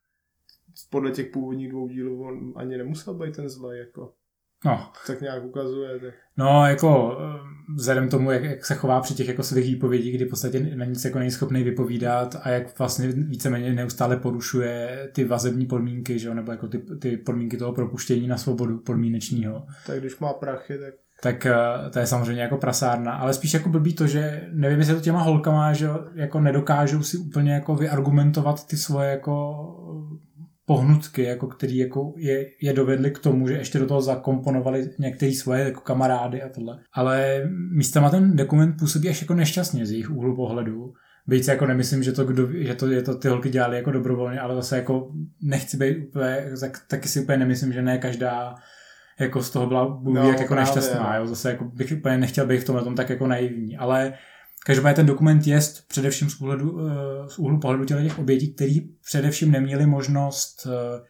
podle těch původních dvou dílů on ani nemusel být ten zlej, jako. No. Tak nějak ukazuje. Tak. No, jako vzhledem tomu, jak, jak se chová při těch jako svých výpovědích, kdy v podstatě na nic jako není schopný vypovídat a jak vlastně víceméně neustále porušuje ty vazební podmínky, že jo, nebo jako ty, ty podmínky toho propuštění na svobodu podmínečního. Tak když má prachy, tak... Tak to je samozřejmě jako prasárna, ale spíš jako blbý to, že nevím, jestli to těma holkama, že jako nedokážou si úplně jako vyargumentovat ty svoje jako pohnutky, jako který jako je, je dovedli k tomu, že ještě do toho zakomponovali některé svoje jako kamarády a tohle. Ale místama ten dokument působí až jako nešťastně z jejich úhlu pohledu. Byť si jako nemyslím, že to, kdo, že to, je to ty holky dělali jako dobrovolně, ale zase jako nechci být úplně, tak, taky si úplně nemyslím, že ne každá jako z toho byla bůh no, jak jako právě, nešťastná. Jo. Zase jako bych úplně nechtěl být v tomhle tom tak jako naivní. Ale každopádně ten dokument je především z, úhledu, z úhlu pohledu těch obětí, který především neměli možnost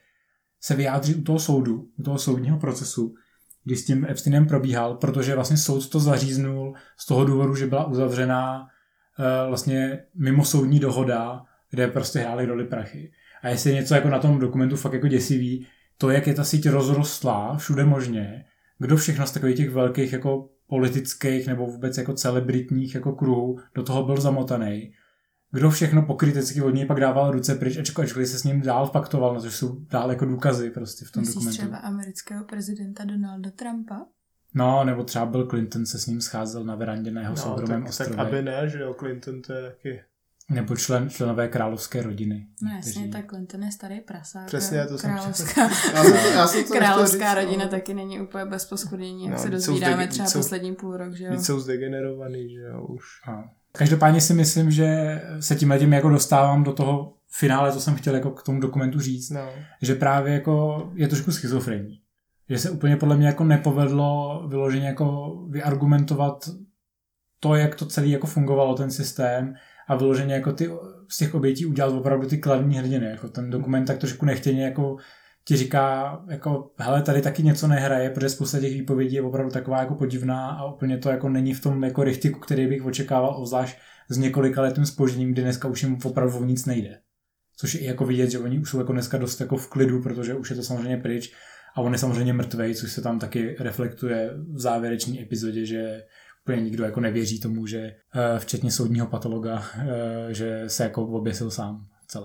se vyjádřit u toho soudu, u toho soudního procesu, kdy s tím Epsteinem probíhal, protože vlastně soud to zaříznul z toho důvodu, že byla uzavřená vlastně mimosoudní dohoda, kde prostě hrály roli prachy. A jestli něco jako na tom dokumentu fakt jako děsivý, to, jak je ta síť rozrostlá všude možně, kdo všechno z takových těch velkých jako politických nebo vůbec jako celebritních jako kruhů do toho byl zamotaný. Kdo všechno pokrytecky od něj pak dával ruce pryč, ačkoliv se s ním dál faktoval, no, což jsou dál jako důkazy prostě v tom Myslíš dokumentu. třeba amerického prezidenta Donalda Trumpa? No, nebo třeba Bill Clinton se s ním scházel na verandě na jeho no, soukromém tak, ostrově. tak aby ne, že jo, Clinton to je taky... Nebo člen, členové královské rodiny. No jasně, kteří... tak Clinton je starý prasák. Přesně, to jsem královská, já jsem to, já jsem to královská říct, rodina no. taky není úplně bez poschodění, jak no, se dozvídáme zdege- třeba jsou, poslední půl rok, že jo. Víc jsou zdegenerovaný, že jo, už. A. Každopádně si myslím, že se tímhletím jako dostávám do toho finále, co jsem chtěl jako k tomu dokumentu říct, no. že právě jako je trošku schizofrenní. Že se úplně podle mě jako nepovedlo vyloženě jako vyargumentovat to, jak to celý jako fungovalo, ten systém, a vyloženě jako ty z těch obětí udělat opravdu ty kladní hrdiny. Jako ten dokument tak trošku nechtěně jako ti říká, jako hele, tady taky něco nehraje, protože spousta těch výpovědí je opravdu taková jako podivná a úplně to jako není v tom jako rychtiku, který bych očekával, obzvlášť s několika letým zpožděním, kdy dneska už jim opravdu o nic nejde. Což je jako vidět, že oni už jsou jako dneska dost jako v klidu, protože už je to samozřejmě pryč a on je samozřejmě mrtvej, což se tam taky reflektuje v závěrečné epizodě, že úplně nikdo jako nevěří tomu, že včetně soudního patologa, že se jako oběsil sám celé.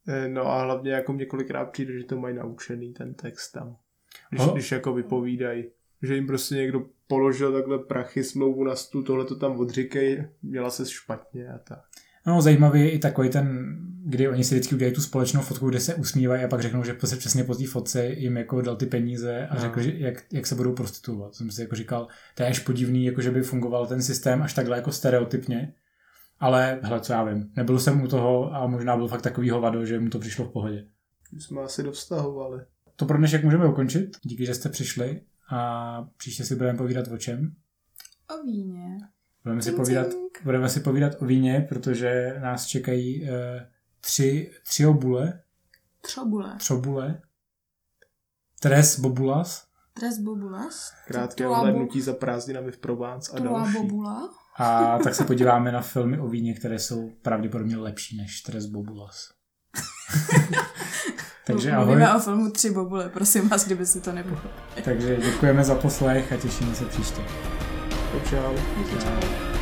No a hlavně jako mě kolikrát přijde, že to mají naučený ten text tam. Když, oh. když jako vypovídají. Že jim prostě někdo položil takhle prachy, smlouvu na stůl, tohle to tam odříkej, měla se špatně a tak. No, zajímavý je i takový ten, kdy oni si vždycky udělají tu společnou fotku, kde se usmívají a pak řeknou, že se přesně po té fotce jim jako dal ty peníze a no. řekl, že jak, jak se budou prostituovat. Jsem si jako říkal, to je až podivný, jako že by fungoval ten systém až takhle jako stereotypně. Ale hele, co já vím, nebyl jsem u toho a možná byl fakt takový hovado, že mu to přišlo v pohodě. My jsme asi dovztahovali. To pro dnešek můžeme ukončit. Díky, že jste přišli a příště si budeme povídat o čem? O víně. Budeme si, povídat, budeme si povídat o víně, protože nás čekají uh, tři, tři obule. Třobule. Třobule. Tres bobulas. Tres bobulas. Krátké ohlédnutí za prázdninami v Provence a další. Bobula. A tak se podíváme na filmy o víně, které jsou pravděpodobně lepší než Tres bobulas. Takže ahoj. Mluvíme o filmu Tři bobule, prosím vás, kdyby si to nepochopili. Takže děkujeme za poslech a těšíme se příště. Čau. Čau.